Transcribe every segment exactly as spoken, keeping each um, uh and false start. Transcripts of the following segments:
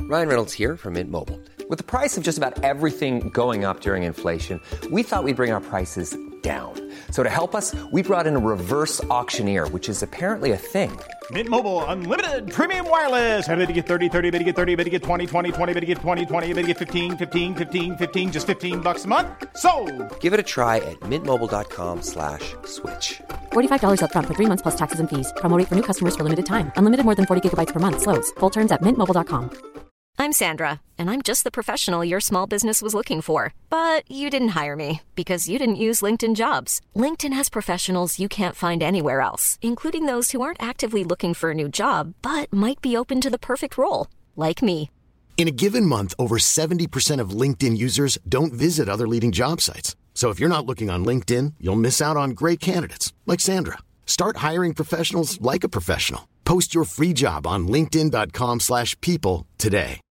Ryan Reynolds here from Mint Mobile. With the price of just about everything going up during inflation, we thought we'd bring our prices down. So to help us, we brought in a reverse auctioneer, which is apparently a thing. Mint Mobile Unlimited Premium Wireless. How to get thirty, thirty, how to get thirty, how to get twenty, twenty, twenty, how to get twenty, twenty, how to get fifteen, fifteen, fifteen, fifteen, just fifteen bucks a month? Sold! Give it a try at mintmobile.com slash switch. forty-five dollars up front for three months plus taxes and fees. Promo rate for new customers for limited time. Unlimited more than forty gigabytes per month. Slows full terms at mint mobile dot com. I'm Sandra, and I'm just the professional your small business was looking for. But you didn't hire me because you didn't use LinkedIn Jobs. LinkedIn has professionals you can't find anywhere else, including those who aren't actively looking for a new job, but might be open to the perfect role, like me. In a given month, over seventy percent of LinkedIn users don't visit other leading job sites. So if you're not looking on LinkedIn, you'll miss out on great candidates like Sandra. Start hiring professionals like a professional. Post your free job on linkedin.com slash people today.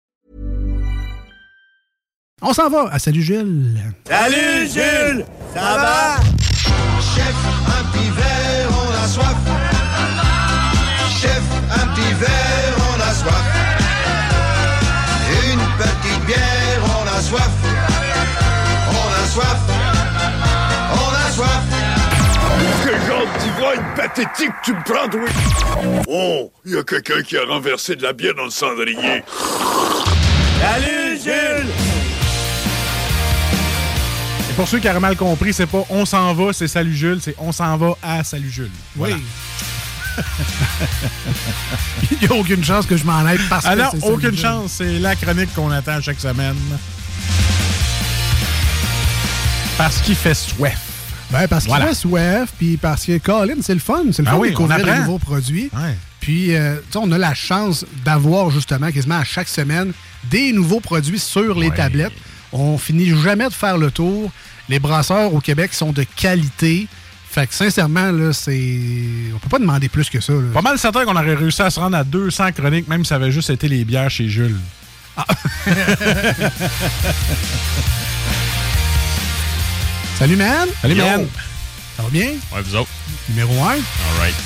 On s'en va à Salut Jules. Salut Jules, ça va? Chef, un petit verre, on a soif. Chef, un petit verre, on a soif. Une petite bière, on a soif. On a soif. On a soif. Quel genre d'ivrogne pathétique tu me prends, oui? Oh, il y a quelqu'un qui a renversé de la bière dans le cendrier. Salut Jules! Pour ceux qui auraient mal compris, c'est pas on s'en va, c'est Salut Jules, c'est on s'en va à Salut Jules. Voilà. Oui. Il n'y a aucune chance que je m'en aille parce que Alors, c'est aucune Jules. chance. C'est la chronique qu'on attend chaque semaine. Parce qu'il fait soif. Ben, parce qu'il Voilà. fait soif, puis parce que Colin, c'est le fun. C'est le Ah fun oui, de découvrir on des apprend. nouveaux produits. Ouais. Puis, euh, tu sais, on a la chance d'avoir justement quasiment à chaque semaine des nouveaux produits sur les Ouais. tablettes. On finit jamais de faire le tour. Les brasseurs au Québec sont de qualité. Fait que sincèrement, là, c'est. On peut pas demander plus que ça. Là. Pas mal certain qu'on aurait réussi à se rendre à deux cents chroniques, même si ça avait juste été les bières chez Jules. Ah. Salut, man! Salut, Yo. man! Ça va bien? Ouais, vous autres. Numéro un. All right.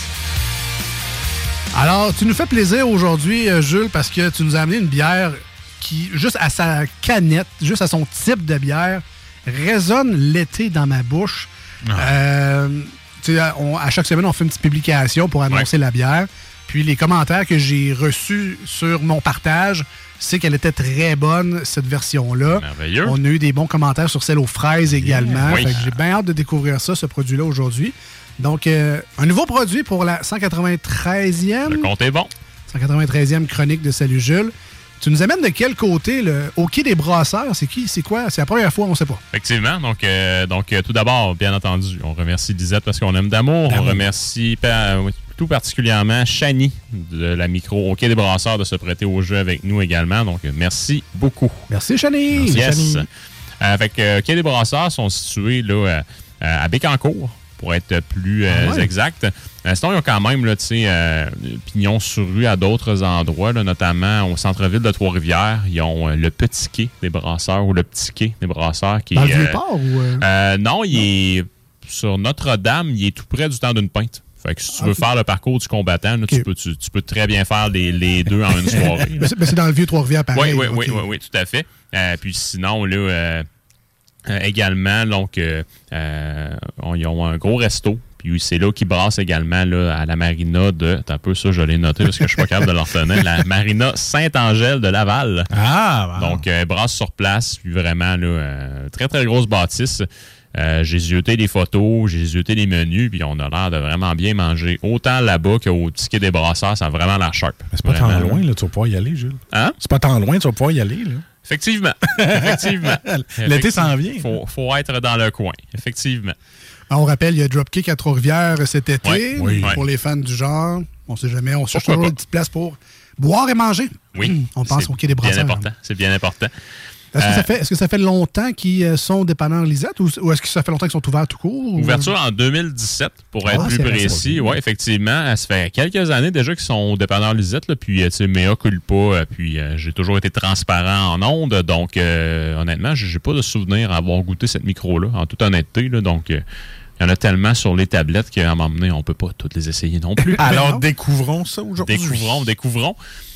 Alors, tu nous fais plaisir aujourd'hui, euh, Jules, parce que tu nous as amené une bière qui, juste à sa canette, juste à son type de bière, résonne l'été dans ma bouche. Ah. Euh, tu sais, on- à chaque semaine, on fait une petite publication pour annoncer Ouais. la bière. Puis les commentaires que j'ai reçus sur mon partage, c'est qu'elle était très bonne, cette version-là. Merveilleux. On a eu des bons commentaires sur celle aux fraises également. Oui. Fait que j'ai bien hâte de découvrir ça, ce produit-là, aujourd'hui. Donc, euh, un nouveau produit pour la cent quatre-vingt-treizième. Le compte est bon. cent quatre-vingt-treizième chronique de Salut Jules. Tu nous amènes de quel côté, le au quai des brasseurs? C'est qui? C'est quoi? C'est la première fois, on ne sait pas. Effectivement. Donc, euh, donc euh, tout d'abord, bien entendu, on remercie Lisette parce qu'on aime d'amour. D'amour. On remercie pa- oui, tout particulièrement Chani de la micro au Quai des Brasseurs de se prêter au jeu avec nous également. Donc, euh, merci beaucoup. Merci, Chani! Merci, yes. Chani. Euh, fait que euh, Quai des Brasseurs sont situés là, euh, à Bécancour, pour être plus euh, Ah ouais. exact. Euh, sinon, ils ont quand même là, euh, pignon sur rue à d'autres endroits, là, notamment au centre-ville de Trois-Rivières. Ils ont euh, le Petit Quai des Brasseurs ou le Petit Quai des Brasseurs. Qui Dans est, le euh, Vieux-Port ou... euh? euh, non, il est sur Notre-Dame. Il est tout près du temps d'une pinte. Fait que si tu veux Ok. faire le parcours du combattant, là, Ok. tu, peux, tu, tu peux très bien faire les, les deux en une soirée. Mais c'est, mais c'est dans le Vieux-Trois-Rivières, Oui, pareil. oui, ok. oui, oui, oui, tout à fait. Euh, puis sinon, là, euh, euh, également, donc, euh, euh, on- ils ont un gros resto. Puis c'est là qu'ils brassent également là, à la marina de... T'as un peu ça, je l'ai noté parce que je suis pas capable de leur retenir. La marina Saint-Angèle de Laval. Ah, wow. Donc, euh, brasse sur place. Puis vraiment, là, euh, très, très grosse bâtisse. Euh, j'ai zioté les photos, j'ai zioté les menus, puis on a l'air de vraiment bien manger. Autant là-bas qu'au Petit Quai des Brasseurs, ça a vraiment la sharp. Mais c'est pas Vraiment, tant là. loin, là, tu vas pouvoir y aller, Jules. Hein? C'est pas tant loin, tu vas pouvoir y aller, là. Effectivement. Effectivement. L'été s'en vient. Faut, faut être dans le coin. Effectivement. On rappelle, il y a Dropkick à Trois-Rivières cet été. Ouais, oui. Pour les fans du genre, on sait jamais. On cherche Pourquoi toujours pas? une petite place pour boire et manger. Oui. On pense C'est au Quai des bien Brasseurs. important. C'est bien important. Est-ce que, Euh, ça fait, est-ce que ça fait longtemps qu'ils euh, sont dépanneurs Lisette ou, ou est-ce que ça fait longtemps qu'ils sont ouverts tout court? ou- Ouverture en deux mille dix-sept, pour être Ah, plus c'est récent. précis. Oui, effectivement. Ça fait quelques années déjà qu'ils sont dépanneurs Lisette. Là, puis, euh, tu sais, mea culpa. euh, Puis, euh, j'ai toujours été transparent en ondes. Donc, euh, honnêtement, j'ai j'ai pas de souvenir à avoir goûté cette micro-là, en toute honnêteté. Là, donc, euh, il y en a tellement sur les tablettes qu'à un moment donné, on peut pas toutes les essayer non plus. Alors, non. découvrons ça aujourd'hui. Découvrons, découvrons.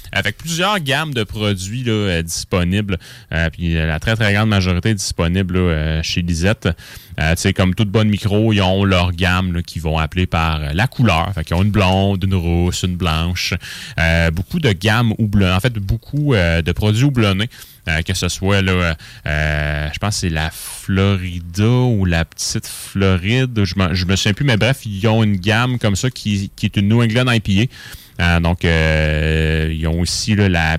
avec plusieurs gammes de produits là, euh, disponibles. Euh, puis la très, très grande majorité est disponible là, euh, chez Lisette. Euh, tu sais, comme toute bonne micro, ils ont leur gamme là, qu'ils vont appeler par la couleur. Fait qu'ils ont une blonde, une rousse, une blanche. Euh, beaucoup de gammes houblonnées. En fait, beaucoup euh, de produits houblonnés. Euh, que ce soit, là, euh, je pense que c'est la Florida ou la petite Floride. Je me, je me souviens plus, mais bref, ils ont une gamme comme ça qui, qui est une New England I P A. Euh, donc, euh, ils ont aussi là, la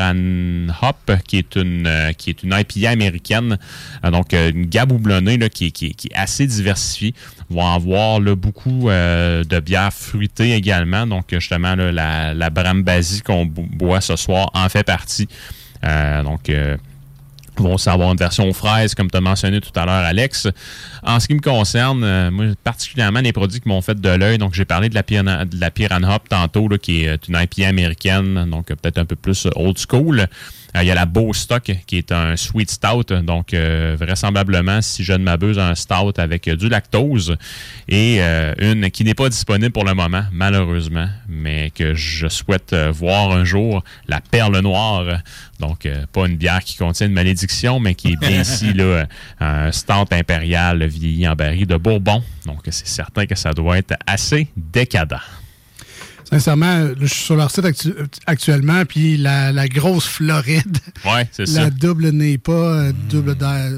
Piran Hop, qui est une euh, qui est une I P A américaine. Euh, donc, euh, une gamme houblonnée là, qui, qui, qui est assez diversifiée. On va avoir là, beaucoup euh, de bières fruitées également. Donc, justement, là, la, la Brambasi qu'on boit ce soir en fait partie. Euh, donc, euh, ils vont aussi avoir une version fraise, comme tu as mentionné tout à l'heure, Alex. En ce qui me concerne, euh, moi, particulièrement les produits qui m'ont fait de l'œil, donc j'ai parlé de la, Piran- de la Piran Hop tantôt, là, qui est une I P A américaine, donc peut-être un peu plus old school. Il euh, y a la Bostock, qui est un sweet stout, donc euh, vraisemblablement, si je ne m'abuse, un stout avec euh, du lactose. Et euh, une qui n'est pas disponible pour le moment, malheureusement, mais que je souhaite euh, voir un jour, la Perle Noire. Donc, euh, pas une bière qui contient une malédiction, mais qui est bien ici là, un stout impérial vieilli en baril de Bourbon. Donc, c'est certain que ça doit être assez décadent. Sincèrement, je suis sur leur site actu- actuellement, puis la, la grosse Floride, ouais, c'est la ça. double Napa, mmh. double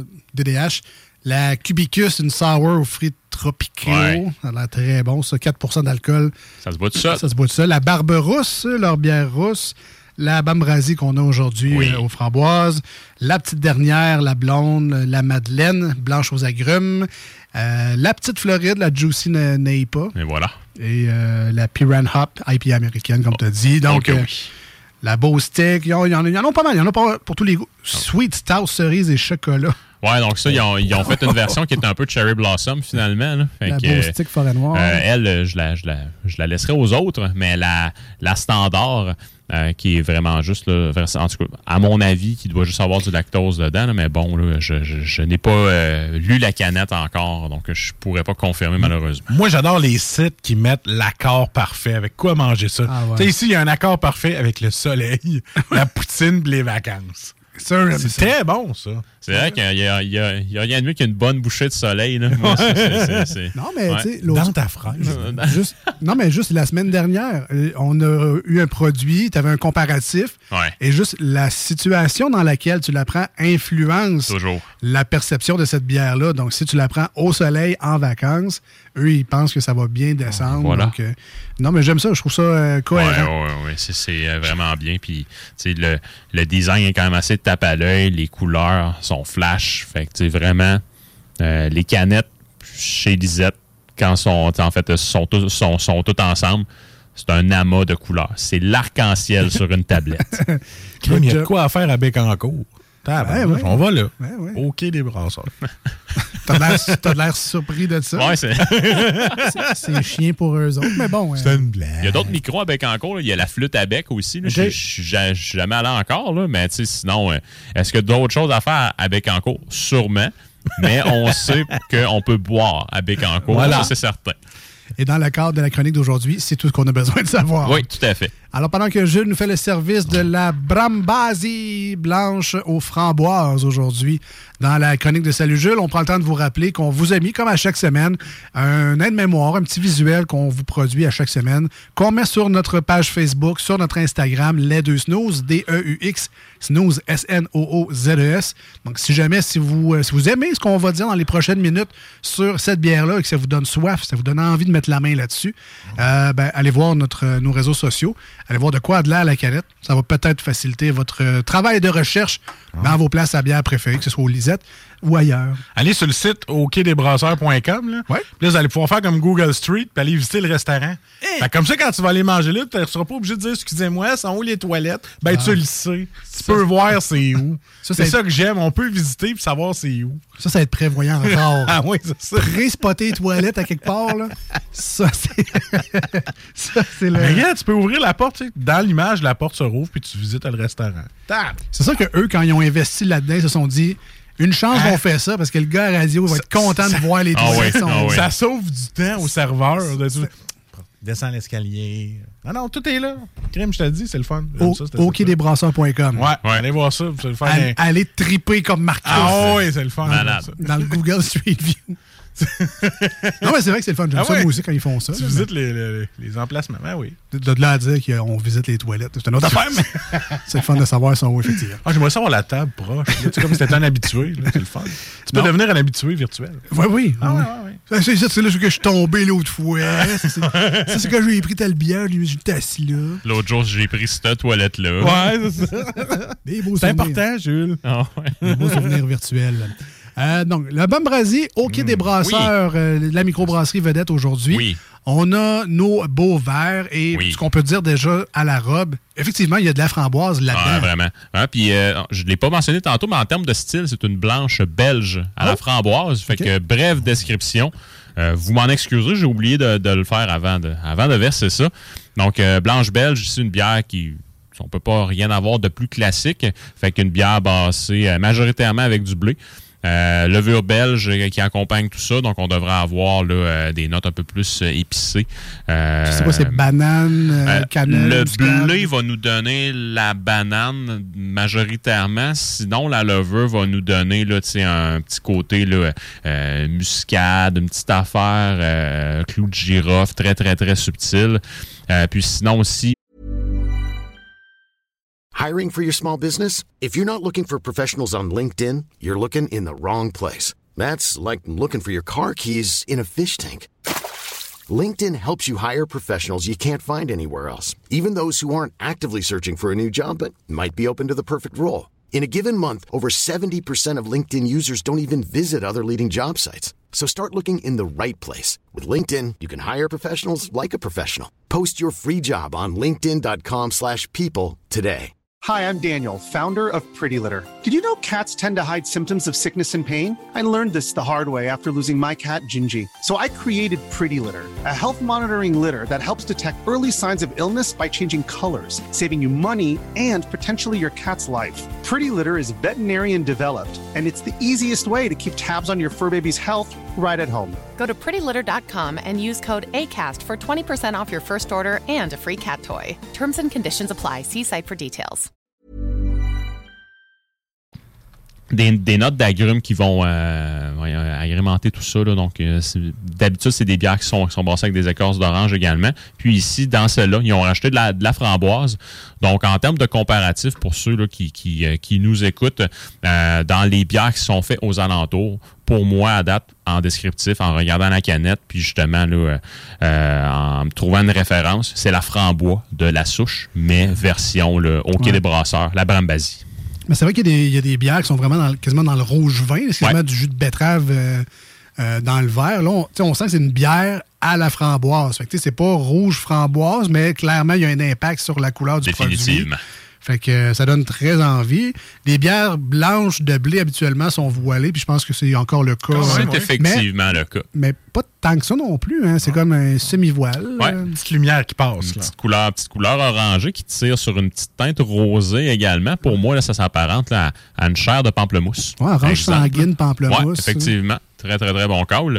D D H, la Cubicus, une sour aux fruits tropicaux, ouais. Ça a l'air très bon, ça, quatre pour cent d'alcool. Ça se boit tout ça. Ça se boit tout ça. La Barberousse, leur bière rousse, la Bambrasi qu'on a aujourd'hui oui. euh, aux framboises, la petite dernière, la blonde, la Madeleine, blanche aux agrumes, euh, la petite Floride, la Juicy Napa. Et voilà. Et euh, la Piran Hop, I P A américaine, comme tu as dit. Donc, okay, euh, oui. La Bostick, il y, y, y en a pas mal. Il y en a pour, pour tous les goûts. Sweet Stout, cerise et chocolat. Ouais, donc ça, ils ont, ils ont fait une version qui est un peu Cherry Blossom, finalement. Là. Fait la que, Bostick Forêt Noire. Euh, elle, je la, je, la, je la laisserai aux autres, mais la, la standard, euh, qui est vraiment juste, là, en tout cas, à mon avis, qui doit juste avoir du lactose dedans, là, mais bon, là, je, je, je n'ai pas euh, lu la canette encore, donc je pourrais pas confirmer, malheureusement. Moi, j'adore les sites qui mettent l'accord parfait. Avec quoi manger ça? Ah, ouais. Tu sais, ici, il y a un accord parfait avec le soleil, la poutine et les vacances. Ça, c'est ça. Très bon, ça. C'est vrai qu'il y a, il y a, il y a rien de mieux qu'une bonne bouchée de soleil. Là. Moi, c'est, c'est, c'est, c'est... Non, mais ouais. tu sais... Dans ta fraise. juste, non, mais juste la semaine dernière, on a eu un produit, tu avais un comparatif, ouais. et juste la situation dans laquelle tu la prends influence Toujours. la perception de cette bière-là. Donc, si tu la prends au soleil, en vacances, eux, ils pensent que ça va bien descendre. Voilà. Donc, euh, non, mais j'aime ça. Je trouve ça euh, cohérent. Oui, oui, oui. C'est, c'est vraiment bien. Puis, tu sais, le, le design est quand même assez tape à l'œil. Les couleurs sont flash. Fait que, tu sais, vraiment, euh, les canettes chez Lisette, quand sont, en fait, sont, tous, sont, sont toutes ensemble, c'est un amas de couleurs. C'est l'arc-en-ciel sur une tablette. Il y a de quoi à faire à Bécancour. Ah, ben, ouais, ouais. On va là. Ouais, ouais. Au quai des brasseurs. T'as de l'air, t'as de l'air surpris de ça. Ouais, c'est... c'est... c'est chiant pour eux autres, mais bon. C'est euh... une blague. Il y a d'autres micros à Bécancour. Il y a la flûte à bec aussi. Là. Okay. Je suis jamais allé encore, là, mais sinon, euh, est-ce qu'il y a d'autres choses à faire à Bécancour? Sûrement. Mais on sait qu'on peut boire à Bécancour. Voilà. Ça, c'est certain. Et dans le cadre de la chronique d'aujourd'hui, c'est tout ce qu'on a besoin de savoir. Oui, tout à fait. Alors, pendant que Jules nous fait le service de la Brambasi blanche aux framboises aujourd'hui, dans la chronique de Salut Jules, on prend le temps de vous rappeler qu'on vous a mis, comme à chaque semaine, un aide-mémoire, un petit visuel qu'on vous produit à chaque semaine, qu'on met sur notre page Facebook, sur notre Instagram, Les Deux Snooze, D E U X, Snooze, S N O O Z E S. Donc, si jamais, si vous, si vous aimez ce qu'on va dire dans les prochaines minutes sur cette bière-là et que ça vous donne soif, ça vous donne envie de mettre la main là-dessus, euh, ben, allez voir notre, nos réseaux sociaux. Allez voir de quoi a de l'air à la canette. Ça va peut-être faciliter votre euh, travail de recherche ah. dans vos places à bière préférées, que ce soit au Lisette ou ailleurs. Allez sur le site au quai des brasseurs point com. Là. Ouais. Puis là, vous allez pouvoir faire comme Google Street puis aller visiter le restaurant. Hey. Fait, comme ça, quand tu vas aller manger là, tu ne seras pas obligé de dire « Excusez-moi, sont où les toilettes? » Ben, ah. tu le sais. Tu ça, peux voir c'est où. Ça, c'est, c'est ça être... que j'aime. On peut visiter puis savoir c'est où. Ça, c'est être prévoyant encore. Ah oui, c'est ça. Pré-spotter les toilettes à quelque part, là. Ça, c'est... ça, c'est le... Regarde, tu peux ouvrir la porte. Tu sais, dans l'image, la porte se rouvre puis tu visites le restaurant. Tab. C'est ça qu'eux, quand ils ont investi là-dedans, ils se sont dit... Une chance hein? qu'on fait ça, parce que le gars à radio va être content ça, de voir les toilettes. Ah oui, ah oui. Ça sauve du temps au serveur. De tout. Descends l'escalier. Non, non, tout est là. Crime, je te le dis, c'est le fun. Au, au quai des brasseurs point com. Ouais, ouais, allez voir ça. Vous allez faire allez, des... allez triper comme Marcus. Ah oui, c'est le fun. Malade. Dans le Google Street View. Non, mais c'est vrai que c'est le fun. J'aime ah ça, ouais. moi aussi, quand ils font ça. Tu là, visites mais... les, les, les emplacements. Ben oui. De, de là à dire qu'on visite les toilettes, c'est une autre affaire, mais c'est le fun de savoir si on va effectivement. Ah, j'aimerais savoir la table proche. Là, tu sais, comme si t'étais un habitué. Là, c'est le fun. Tu peux non. devenir un habitué virtuel. Oui, oui. Ah, oui. ouais, ouais, ouais. C'est ça, c'est là que je suis tombé l'autre fois. Ça, c'est, ça, c'est quand j'ai pris tel bière, j'étais assis là. L'autre jour, j'ai pris cette toilette-là. Ouais, c'est ça. Des beaux c'est souvenirs. important, Jules. Oh, ouais. Des beaux souvenirs virtuels. Euh, donc, le Bambrasie, au quai mmh, des brasseurs, oui. euh, la microbrasserie vedette aujourd'hui. Oui. On a nos beaux verres et oui. ce qu'on peut dire déjà à la robe, effectivement, il y a de la framboise là-dedans. Ah, vraiment. Ah, puis, euh, je ne l'ai pas mentionné tantôt, mais en termes de style, c'est une blanche belge à oh. la framboise. Fait okay. que, brève description. Euh, vous m'en excusez, j'ai oublié de, de le faire avant de, avant de verser ça. Donc, euh, blanche belge, c'est une bière qui... On ne peut pas rien avoir de plus classique. Fait qu'une bière brassée euh, majoritairement avec du blé. Euh, levure belge qui accompagne tout ça, donc on devrait avoir là, euh, des notes un peu plus euh, épicées. Euh, Je sais pas, c'est banane, euh, cannelle. Le blé va nous donner la banane majoritairement, sinon la levure va nous donner là, un petit côté là, euh, muscade, une petite affaire, euh, clou de girofle, très très très subtil. Euh, puis sinon aussi, Hiring for your small business? If you're not looking for professionals on LinkedIn, you're looking in the wrong place. That's like looking for your car keys in a fish tank. LinkedIn helps you hire professionals you can't find anywhere else, even those who aren't actively searching for a new job but might be open to the perfect role. In a given month, over seventy percent of LinkedIn users don't even visit other leading job sites. So start looking in the right place. With LinkedIn, you can hire professionals like a professional. Post your free job on linkedin.com slash people today. Hi, I'm Daniel, founder of Pretty Litter. Did you know cats tend to hide symptoms of sickness and pain? I learned this the hard way after losing my cat, Gingy. So I created Pretty Litter, a health monitoring litter that helps detect early signs of illness by changing colors, saving you money and potentially your cat's life. Pretty Litter is veterinarian developed, and it's the easiest way to keep tabs on your fur baby's health right at home. Go to pretty litter dot com and use code ACAST for twenty percent off your first order and a free cat toy. Terms and conditions apply. See site for details. Des, des notes d'agrumes qui vont euh, agrémenter tout ça. Là. Donc, euh, d'habitude, c'est des bières qui sont, qui sont brassées avec des écorces d'orange également. Puis ici, dans celle-là, ils ont rajouté de la, de la framboise. Donc, en termes de comparatif, pour ceux là, qui, qui, euh, qui nous écoutent, euh, dans les bières qui sont faites aux alentours, pour moi, à date, en descriptif, en regardant la canette, puis justement, là, euh, en me trouvant une référence, c'est la framboise de la souche, mais version là, au quai ouais. des brasseurs, la Brambasie. Mais c'est vrai qu'il y a des, il y a des bières qui sont vraiment dans, quasiment dans le rouge vin. C'est quasiment ouais. du jus de betterave euh, euh, dans le verre. Là, on, on sent que c'est une bière à la framboise. Fait que c'est pas rouge framboise, mais clairement, il y a un impact sur la couleur du produit. Définitivement. Fait que euh, ça donne très envie. Les bières blanches de blé, habituellement, sont voilées, puis je pense que c'est encore le cas. C'est ouais. effectivement mais, le cas. Mais pas tant que ça non plus. Hein. C'est ah. comme un semi-voile. Ouais, une petite lumière qui passe. Une là. petite couleur, petite couleur orangée qui tire sur une petite teinte rosée également. Pour moi, là, ça s'apparente là, à, à une chair de pamplemousse. Ouais, orange sanguine, pamplemousse. Ouais, effectivement. Très, très, très bon call.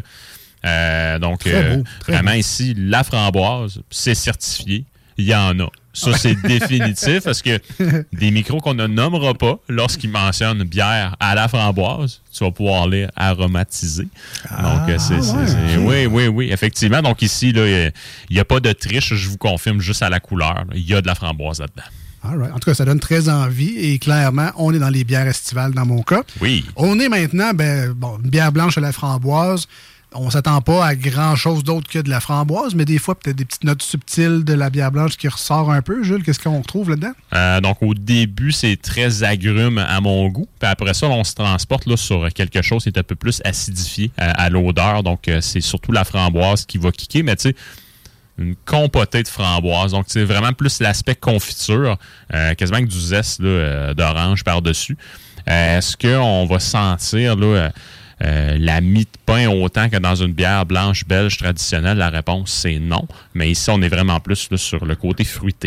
Euh, donc, très euh, beau, très vraiment beau. Ici, la framboise, c'est certifié. Il y en a. Ça, c'est définitif parce que des micros qu'on ne nommera pas, lorsqu'ils mentionnent bière à la framboise, tu vas pouvoir les aromatiser. Ah, Donc, c'est, ouais, c'est, c'est, okay. oui, oui, oui, effectivement. Donc, ici, il n'y a pas de triche, je vous confirme, juste à la couleur. Il y a de la framboise là-dedans. All right. En tout cas, ça donne très envie et clairement, on est dans les bières estivales dans mon cas. Oui. On est maintenant, ben, bon, une bière blanche à la framboise. On ne s'attend pas à grand-chose d'autre que de la framboise, mais des fois, peut-être des petites notes subtiles de la bière blanche qui ressort un peu. Jules, qu'est-ce qu'on retrouve là-dedans? Euh, donc, au début, c'est très agrume à mon goût. Puis après ça, on se transporte là, sur quelque chose qui est un peu plus acidifié à, à l'odeur. Donc, euh, c'est surtout la framboise qui va kicker, mais tu sais, une compotée de framboise. Donc, c'est vraiment plus l'aspect confiture, euh, quasiment avec du zeste là, euh, d'orange par-dessus. Euh, est-ce qu'on va sentir là, euh, Euh, la mie de pain autant que dans une bière blanche belge traditionnelle? La réponse, c'est non. Mais ici, on est vraiment plus là, sur le côté fruité.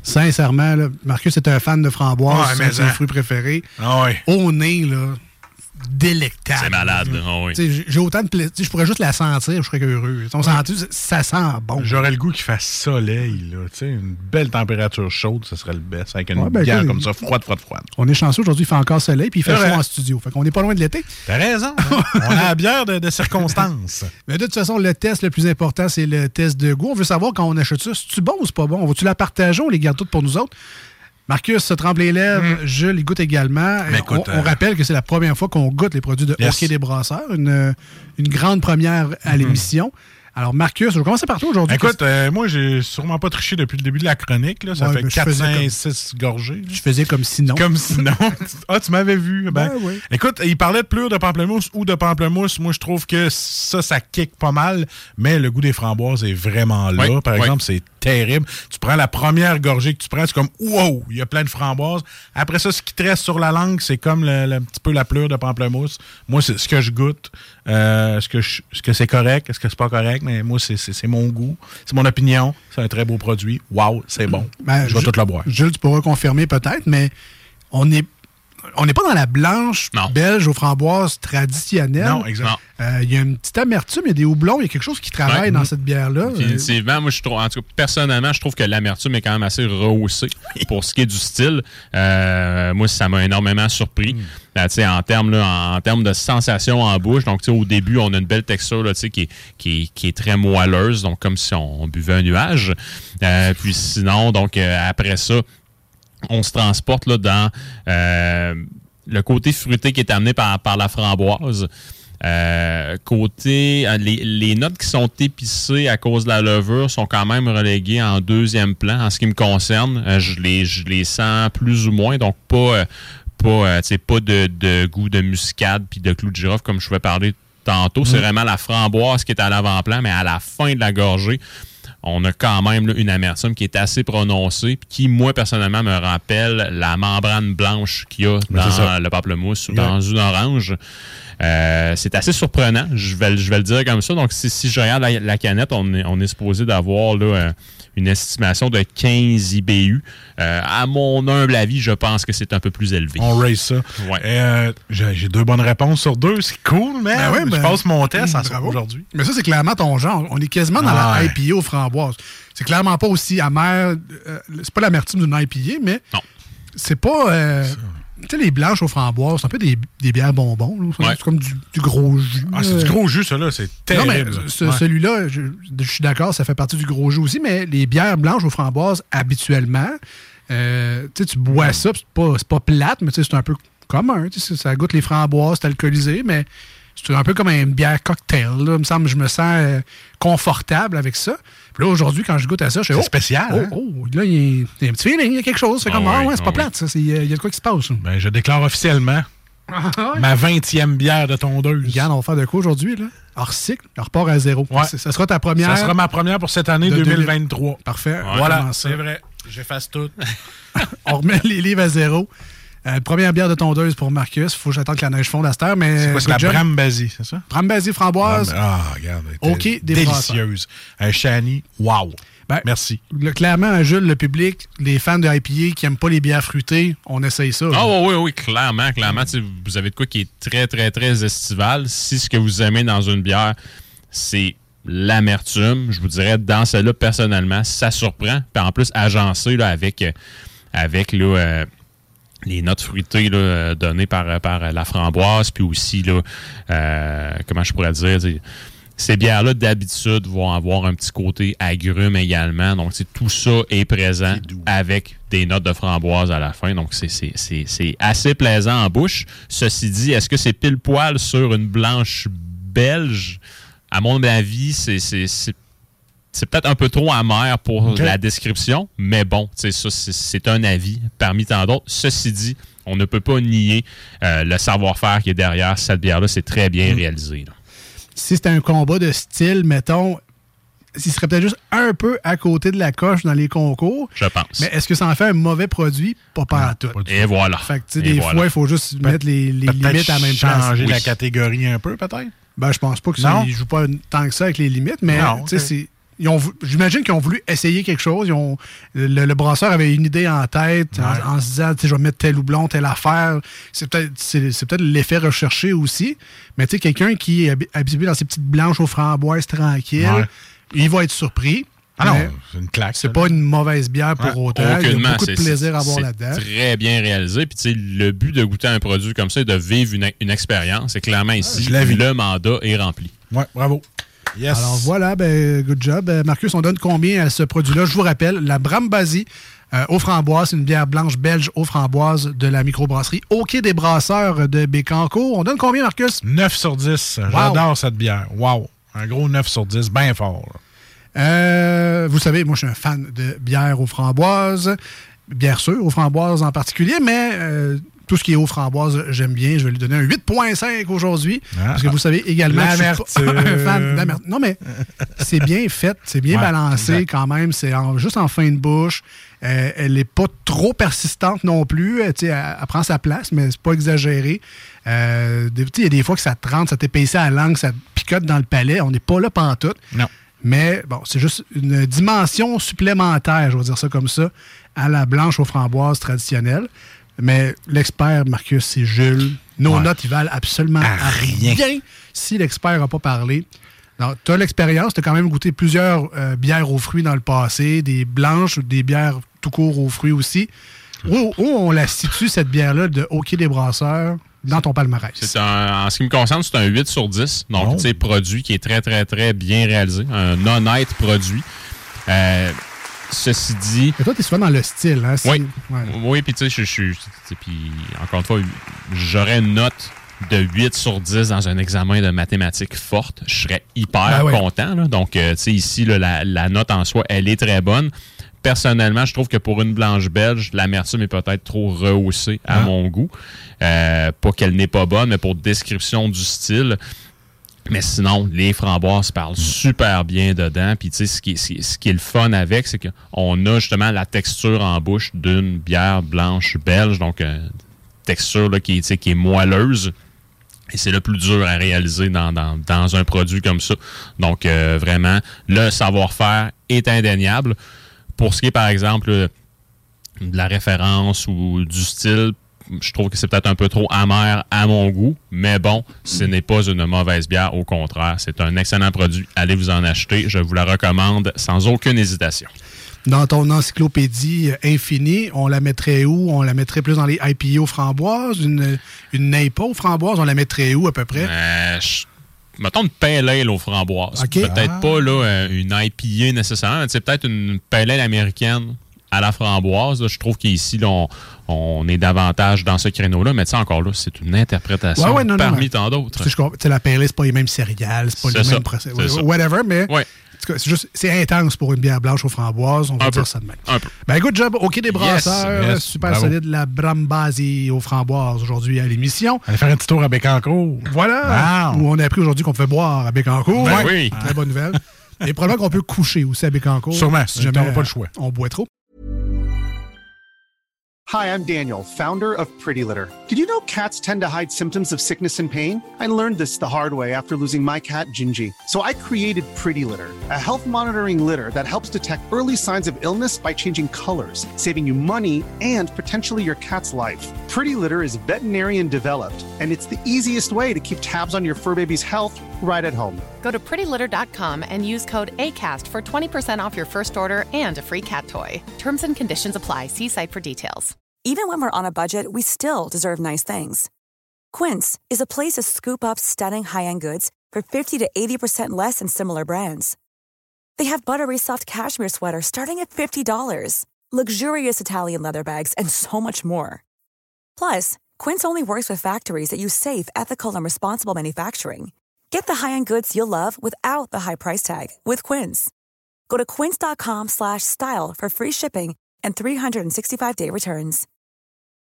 Sincèrement, là, Marcus est un fan de framboise, ouais, c'est un de ses fruits préférés. Ah ouais. Au nez, là, délectable. C'est malade, oh oui. J'ai, j'ai autant de plaisir. Je pourrais juste la sentir, je serais heureux. On sent, ça sent bon. J'aurais le goût qu'il fasse soleil, là. T'sais, une belle température chaude, ce serait le best. Avec une ouais, ben, bière écoute, comme ça, froide, froide, froide. On est chanceux, aujourd'hui, il fait encore soleil, puis il fait chaud en studio. Fait qu'on n'est pas loin de l'été. T'as raison. Hein? On a la bière de, de circonstance. Mais de toute façon, le test le plus important, c'est le test de goût. On veut savoir quand on achète ça, c'est-tu bon ou c'est pas bon? On va-tu la partager? On les garde toutes pour nous autres? Marcus se trempe les lèvres, mmh. Jules, il goûte également. Écoute, on, on euh... rappelle que c'est la première fois qu'on goûte les produits de yes. Hockey des Brasseurs, une, une grande première à mmh. l'émission. Alors, Marcus, je vais commencer par toi aujourd'hui. Écoute, euh, moi, j'ai sûrement pas triché depuis le début de la chronique. Là. Ça ouais, fait quatre, cinq, six gorgées. Là. Je faisais comme sinon. Comme sinon. Ah, tu m'avais vu. Ben, ben, oui. Écoute, il parlait de plure de pamplemousse ou de pamplemousse. Moi, je trouve que ça, ça kick pas mal. Mais le goût des framboises est vraiment là. Oui, Par oui. exemple, c'est terrible. Tu prends la première gorgée que tu prends, c'est comme wow, il y a plein de framboises. Après ça, ce qui te reste sur la langue, c'est comme le, le, un petit peu la pleure de pamplemousse. Moi, c'est ce que je goûte. Euh, est-ce que je, est-ce que c'est correct? Est-ce que c'est pas correct? Mais moi, c'est, c'est, c'est mon goût. C'est mon opinion. C'est un très beau produit. Wow, c'est bon. Ben, je vais je, tout le boire. Jules, tu pourras confirmer peut-être, mais on est On n'est pas dans la blanche non. belge aux framboises traditionnelle. Non, exactement. Il euh, y a une petite amertume, il y a des houblons, il y a quelque chose qui travaille ouais. dans cette bière-là. Définitivement, moi, je trouve, en tout cas, personnellement, je trouve que l'amertume est quand même assez rehaussée pour ce qui est du style. Euh, moi, ça m'a énormément surpris. Mm. Là, en termes en, en termes de sensation en bouche. Donc, au début, on a une belle texture là, qui, est, qui, est, qui est très moelleuse, donc comme si on, on buvait un nuage. Euh, puis sinon, donc euh, après ça, on se transporte là, dans euh, le côté fruité qui est amené par, par la framboise. Euh, côté, les, les notes qui sont épicées à cause de la levure sont quand même reléguées en deuxième plan. En ce qui me concerne, euh, je, les, je les sens plus ou moins, donc pas, euh, pas, euh, pas de, de goût de muscade puis de clou de girofle comme je pouvais parler tantôt. Mmh. C'est vraiment la framboise qui est à l'avant-plan, mais à la fin de la gorgée, on a quand même là, une amertume qui est assez prononcée puis qui, moi, personnellement, me rappelle la membrane blanche qu'il y a Mais dans le pamplemousse ou yeah. dans une orange. Euh, c'est assez surprenant, je vais, je vais le dire comme ça. Donc, si, si je regarde la, la canette, on est, on est supposé d'avoir là, euh, une estimation de quinze I B U. Euh, à mon humble avis, je pense que c'est un peu plus élevé. On raise ça. Ouais. Euh, j'ai, j'ai deux bonnes réponses sur deux. C'est cool, mais ben ouais, ben, je passe mon test mmh, en ça aujourd'hui. Mais ça, c'est clairement ton genre. On est quasiment dans ah, la I P A aux framboises. C'est clairement pas aussi amer. Euh, c'est pas l'amertume d'une I P A, mais non. c'est pas... Euh, tu sais, les blanches aux framboises, c'est un peu des, des bières bonbons. Là. C'est, ouais. c'est comme du, du gros jus. Ah, c'est du gros jus, ça, là. C'est terrible. Non, mais ce, ouais. celui-là, je, je suis d'accord, ça fait partie du gros jus aussi, mais les bières blanches aux framboises, habituellement, euh, tu bois ça, c'est pas, c'est pas plate, mais c'est un peu commun. Ça goûte les framboises, c'est alcoolisé, mais c'est un peu comme une bière cocktail. Là. Il me semble que je me sens euh, confortable avec ça. Puis là, aujourd'hui, quand je goûte à ça, je fais... C'est oh, spécial, oh, hein? oh, là, il y, y a un petit feeling, il y a quelque chose. C'est oh, comme, ah ouais, c'est oh, pas oui. plate, ça. Il y a de quoi qui se passe. Ben, je déclare officiellement ah, ouais. ma vingtième bière de tondeuse. Regarde, on va faire de quoi aujourd'hui, là? Hors cycle, on repart à zéro. Ouais. Ça sera ta première... Ça sera ma première pour cette année deux mille vingt-trois. deux mille Parfait. Ouais, voilà, c'est vrai. J'efface tout. On remet les livres à zéro. Euh, première bière de tondeuse pour Marcus. Il faut que j'attende que la neige fonde à cette heure. Mais c'est quoi, c'est la Brambasie, c'est ça? Brambasie framboise. Bram... Ah, regarde. OK, délicieuse. Un Shani, wow. Ben, merci. Le, clairement, Jules, le public, les fans de I P A qui n'aiment pas les bières fruitées, on essaye ça. Ah oh, oui, oui, clairement, clairement. Vous avez de quoi qui est très, très, très estival. Si ce que vous aimez dans une bière, c'est l'amertume, je vous dirais, dans celle-là, personnellement, ça surprend. Puis en plus, agencé là, avec, avec là, euh, les notes fruitées là, données par, par la framboise, puis aussi, là, euh, comment je pourrais dire, ces bières-là, d'habitude, vont avoir un petit côté agrume également. Donc, tout ça est présent avec des notes de framboise à la fin. Donc, c'est, c'est, c'est, c'est assez plaisant en bouche. Ceci dit, est-ce que c'est pile poil sur une blanche belge? À mon avis, c'est, c'est, c'est, c'est peut-être un peu trop amer pour okay. la description, mais bon, ça, c'est, c'est un avis parmi tant d'autres. Ceci dit, on ne peut pas nier euh, le savoir-faire qui est derrière cette bière-là. C'est très bien mmh. réalisé, là. Si c'était un combat de style, mettons, il serait peut-être juste un peu à côté de la coche dans les concours. Je pense. Mais est-ce que ça en fait un mauvais produit? Pas par tout. Et voilà. Fait que, tu sais, des voilà. fois, il faut juste Pe- mettre les, les limites à la même place. Changer oui. la catégorie un peu, peut-être? Ben, je pense pas que ça, il joue pas tant que ça avec les limites, mais tu sais, c'est... ils ont, j'imagine qu'ils ont voulu essayer quelque chose. Ils ont, le, le brasseur avait une idée en tête ouais. en, en se disant, je vais mettre tel houblon, telle affaire. C'est peut-être, c'est, c'est peut-être l'effet recherché aussi. Mais tu sais, quelqu'un qui est habitué dans ses petites blanches aux framboises tranquilles, ouais. il va être surpris. Ah non, c'est une claque. C'est pas une mauvaise bière pour ouais. autant. Il y a beaucoup de plaisir à boire là-dedans. C'est très bien réalisé. Puis, tu sais, le but de goûter un produit comme ça est de vivre une, une expérience. C'est clairement ici, ah, le mandat est rempli. Oui, bravo. Yes. Alors voilà, ben, good job. Marcus, on donne combien à ce produit-là? Je vous rappelle, la Brambasi euh, aux framboises, c'est une bière blanche belge aux framboises de la microbrasserie au Quai des Brasseurs de Bécancour. On donne combien, Marcus? neuf sur dix. Wow. J'adore cette bière. Wow. Un gros neuf sur dix, bien fort. Euh, vous savez, moi, je suis un fan de bière aux framboises, bière sûre aux framboises en particulier, mais euh, tout ce qui est aux framboises, j'aime bien. Je vais lui donner un huit virgule cinq aujourd'hui, ah, parce que vous savez également que je suis pas un fan d'amertume. Non, mais c'est bien fait, c'est bien ouais, balancé exact. Quand même. C'est en, juste en fin de bouche. Euh, elle n'est pas trop persistante non plus. Elle, elle, elle prend sa place, mais c'est pas exagéré. Euh, il y a des fois que ça te rentre, ça t'épaissit à la langue, ça te picote dans le palais. On n'est pas là pantoute. Non. Mais bon, c'est juste une dimension supplémentaire, je vais dire ça comme ça, à la blanche aux framboises traditionnelle. Mais l'expert, Marcus, c'est Jules. Nos ouais. notes, ils valent absolument à rien. rien si l'expert n'a pas parlé. Tu as l'expérience, tu as quand même goûté plusieurs euh, bières aux fruits dans le passé, des blanches, des bières tout court aux fruits aussi. Où, où on la situe, cette bière-là, de au Quai des Brasseurs, dans ton palmarès? C'est un, en ce qui me concerne, c'est un huit sur dix. Donc, oh. tu sais, produit qui est très, très, très bien réalisé. Un honnête produit. Euh, ceci dit... Et toi, tu es souvent dans le style, hein? Oui. Ouais. Oui, puis tu sais, je suis... Puis, encore une fois, j'aurais une note de huit sur dix dans un examen de mathématiques forte. Je serais hyper ben ouais. content. Là. Donc, euh, tu sais, ici, là, la, la note en soi, elle est très bonne. Personnellement, je trouve que pour une blanche belge, l'amertume est peut-être trop rehaussée à ah. mon goût. Euh, pas qu'elle n'est pas bonne, mais pour description du style. Mais sinon, les framboises parlent mmh. super bien dedans. Puis, tu sais, ce qui, ce, ce qui est le fun avec, c'est qu'on a justement la texture en bouche d'une bière blanche belge. Donc, une texture là, qui, qui est moelleuse. Et c'est le plus dur à réaliser dans, dans, dans un produit comme ça. Donc, euh, vraiment, le savoir-faire est indéniable. Pour ce qui est, par exemple, de la référence ou du style, je trouve que c'est peut-être un peu trop amer à mon goût. Mais bon, ce n'est pas une mauvaise bière. Au contraire, c'est un excellent produit. Allez vous en acheter. Je vous la recommande sans aucune hésitation. Dans ton encyclopédie infinie, on la mettrait où? On la mettrait plus dans les I P A aux framboises? Une, une N A I P A aux framboises, on la mettrait où à peu près? Euh, je... Mettons une pale ale aux framboises. Okay. Peut-être ah. pas là, une I P A nécessairement, mais c'est peut-être une pale ale américaine à la framboise. Là. Je trouve qu'ici, là, on, on est davantage dans ce créneau-là, mais encore là, c'est une interprétation ouais, ouais, non, parmi non, tant d'autres. Je, la pale ale, c'est pas les mêmes céréales, c'est pas c'est les ça. mêmes procédés. Whatever, mais... Ouais. C'est juste, c'est intense pour une bière blanche aux framboises. On va un dire peu. ça de même. Un peu. Ben, good job. Au Quai des Brasseurs. Yes, yes, super bravo. Solide. La Brambasi aux framboises aujourd'hui à l'émission. Allez faire un petit tour à Bécancour. Voilà. Wow. Où on a appris aujourd'hui qu'on pouvait boire à Bécancour. Ben oui. Très bonne nouvelle. Et probablement qu'on peut coucher aussi à Bécancour. Sûrement. Si jamais on n'a pas le choix. On boit trop. Hi, I'm Daniel, founder of Pretty Litter. Did you know cats tend to hide symptoms of sickness and pain? I learned this the hard way after losing my cat, Gingy. So I created Pretty Litter, a health monitoring litter that helps detect early signs of illness by changing colors, saving you money and potentially your cat's life. Pretty Litter is veterinarian developed, and it's the easiest way to keep tabs on your fur baby's health right at home. Go to pretty litter dot com and use code ACAST for twenty percent off your first order and a free cat toy. Terms and conditions apply. See site for details. Even when we're on a budget, we still deserve nice things. Quince is a place to scoop up stunning high-end goods for fifty to eighty percent less than similar brands. They have buttery soft cashmere sweaters starting at fifty dollars, luxurious Italian leather bags, and so much more. Plus, Quince only works with factories that use safe, ethical, and responsible manufacturing. Get the high-end goods you'll love without the high price tag with Quince. Go to quince dot com slash style for free shipping and three sixty-five day returns.